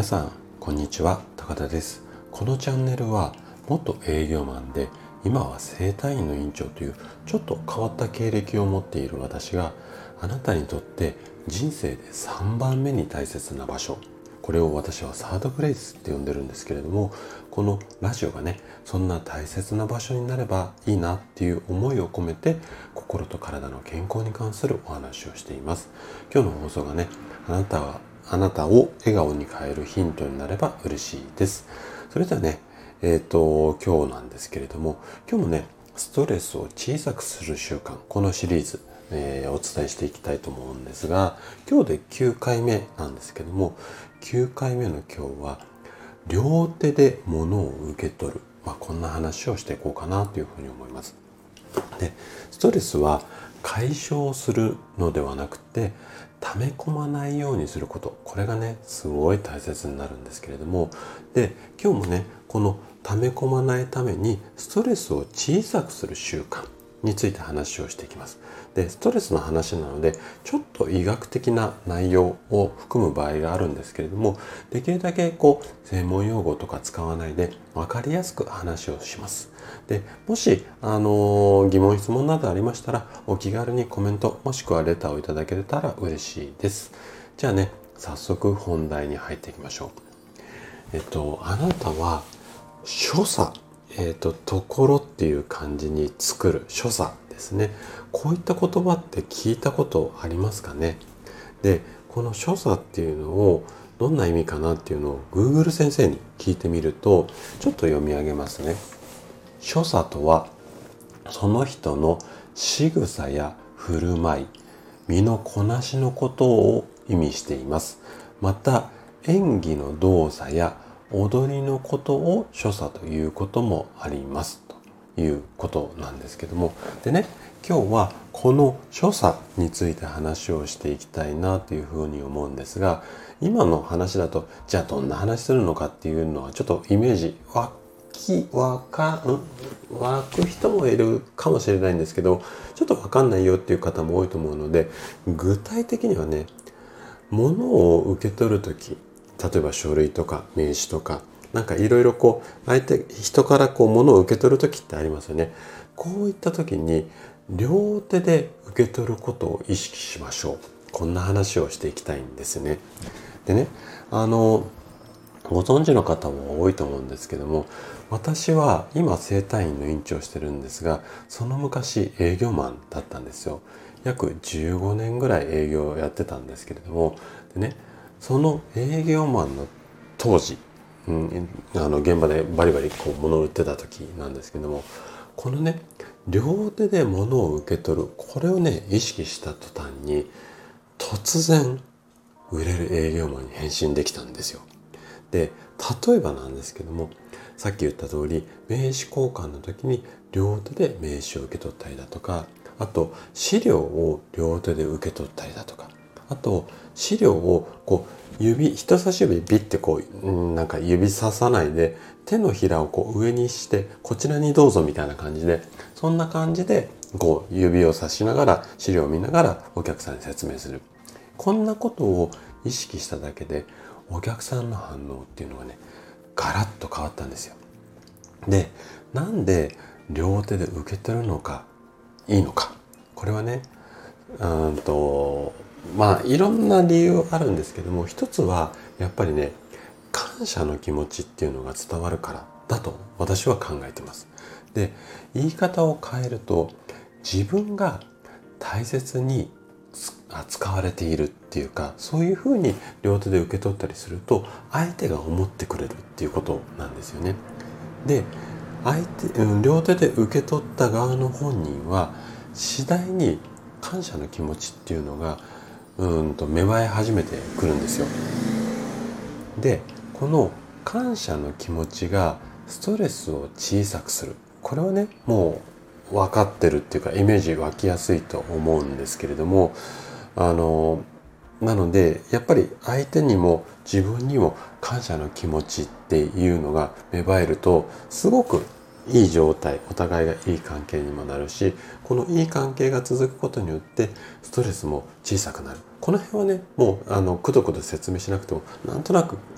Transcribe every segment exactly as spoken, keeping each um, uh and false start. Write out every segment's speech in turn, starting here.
皆さんこんにちは、高田です。このチャンネルは元営業マンで今は整体院の院長というちょっと変わった経歴を持っている私が、あなたにとって人生でさんばんめに大切な場所、これを私はサードプレイスって呼んでるんですけれども、このラジオがね、そんな大切な場所になればいいなっていう思いを込めて、心と体の健康に関するお話をしています。今日の放送がね、あなたはあなたを笑顔に変えるヒントになれば嬉しいです。それではね、えっと、今日なんですけれども、今日もね、ストレスを小さくする習慣、このシリーズ、えー、お伝えしていきたいと思うんですが、今日できゅうかいめなんですけども、きゅうかいめの今日は、両手で物を受け取る。まあ、こんな話をしていこうかなというふうに思います。で、ストレスは解消するのではなくて、溜め込まないようにすること、これがねすごい大切になるんですけれども、で今日もねこの溜め込まないためにストレスを小さくする習慣について話をしていきます。でストレスの話なのでちょっと医学的な内容を含む場合があるんですけれども、できるだけこう専門用語とか使わないで分かりやすく話をします。でもし、あのー、疑問質問などありましたらお気軽にコメントもしくはレターをいただけたら嬉しいです。じゃあね、早速本題に入っていきましょう。えっとあなたは所作、えっとところっていう漢字に作る所作ですね。こういった言葉って聞いたことありますかね。でこの所作っていうのをどんな意味かなっていうのを Google 先生に聞いてみると、ちょっと読み上げますね。所作とはその人の仕草や振る舞い、身のこなしのことを意味しています。また演技の動作や踊りのことを所作ということもありますということなんですけども、でね、今日はこの所作について話をしていきたいなというふうに思うんですが、今の話だとじゃあどんな話するのかっていうのはちょっとイメージわきわかん湧く人もいるかもしれないんですけど、ちょっとわかんないよっていう方も多いと思うので、具体的にはね、物を受け取るとき、例えば書類とか名刺とか、なんかいろいろこう相手人からこう物を受け取るときってありますよね。こういったときに両手で受け取ることを意識しましょう。こんな話をしていきたいんですね。でね、あのご存知の方も多いと思うんですけども、私は今整体院の院長をしてるんですが、その昔営業マンだったんですよ。約じゅうごねんぐらい営業をやってたんですけれども、でね、その営業マンの当時、うん、あの現場でバリバリこう物を売ってた時なんですけども、このね両手で物を受け取る、これをね意識した途端に突然売れる営業マンに変身できたんですよ。で例えばなんですけども、さっき言った通り名刺交換の時に両手で名刺を受け取ったりだとか、あと資料を両手で受け取ったりだとか、あと資料をこう指人差し指ビッてこう、うん、なんか指ささないで手のひらをこう上にしてこちらにどうぞみたいな感じで、そんな感じでこう指をさしながら資料を見ながらお客さんに説明する。こんなことを意識しただけでお客さんの反応っていうのがねガラッと変わったんですよ。で、なんで両手で受け取るのかいいのか、これはね、うんとまあいろんな理由あるんですけども、一つはやっぱりね感謝の気持ちっていうのが伝わるからだと私は考えてます。で、言い方を変えると、自分が大切に使われているっていうか、そういうふうに両手で受け取ったりすると相手が思ってくれるっていうことなんですよね。で、相手、うん、両手で受け取った側の本人は次第に感謝の気持ちっていうのがうんと芽生え始めてくるんですよ。で、この感謝の気持ちがストレスを小さくする、これはねもう分かってるっていうかイメージ湧きやすいと思うんですけれども、あのなのでやっぱり相手にも自分にも感謝の気持ちっていうのが芽生えると、すごくいい状態、お互いがいい関係にもなるし、このいい関係が続くことによってストレスも小さくなる。この辺はねもうあのくどくど説明しなくてもなんとなく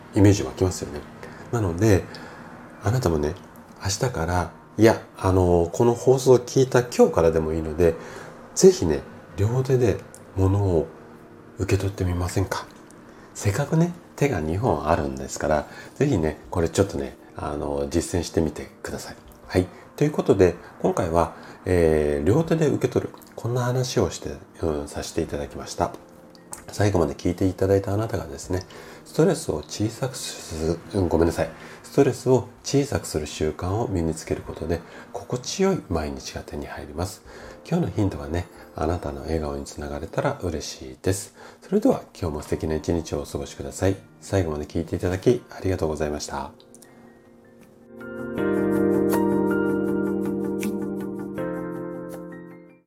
イメージ湧きますよね。なのであなたもね、明日から、いやあのこの放送を聞いた今日からでもいいので、ぜひね両手で物を受け取ってみませんか。せっかくね手がにほんあるんですから、ぜひねこれちょっとねあの実践してみてください。はい、ということで今回は、えー、両手で受け取る、こんな話をして、うん、させていただきました。最後まで聞いていただいたあなたがですね、ストレスを小さくする、うん、ごめんなさい。ストレスを小さくする習慣を身につけることで、心地よい毎日が手に入ります。今日のヒントはね、あなたの笑顔につながれたら嬉しいです。それでは今日も素敵な一日をお過ごしください。最後まで聞いていただきありがとうございました。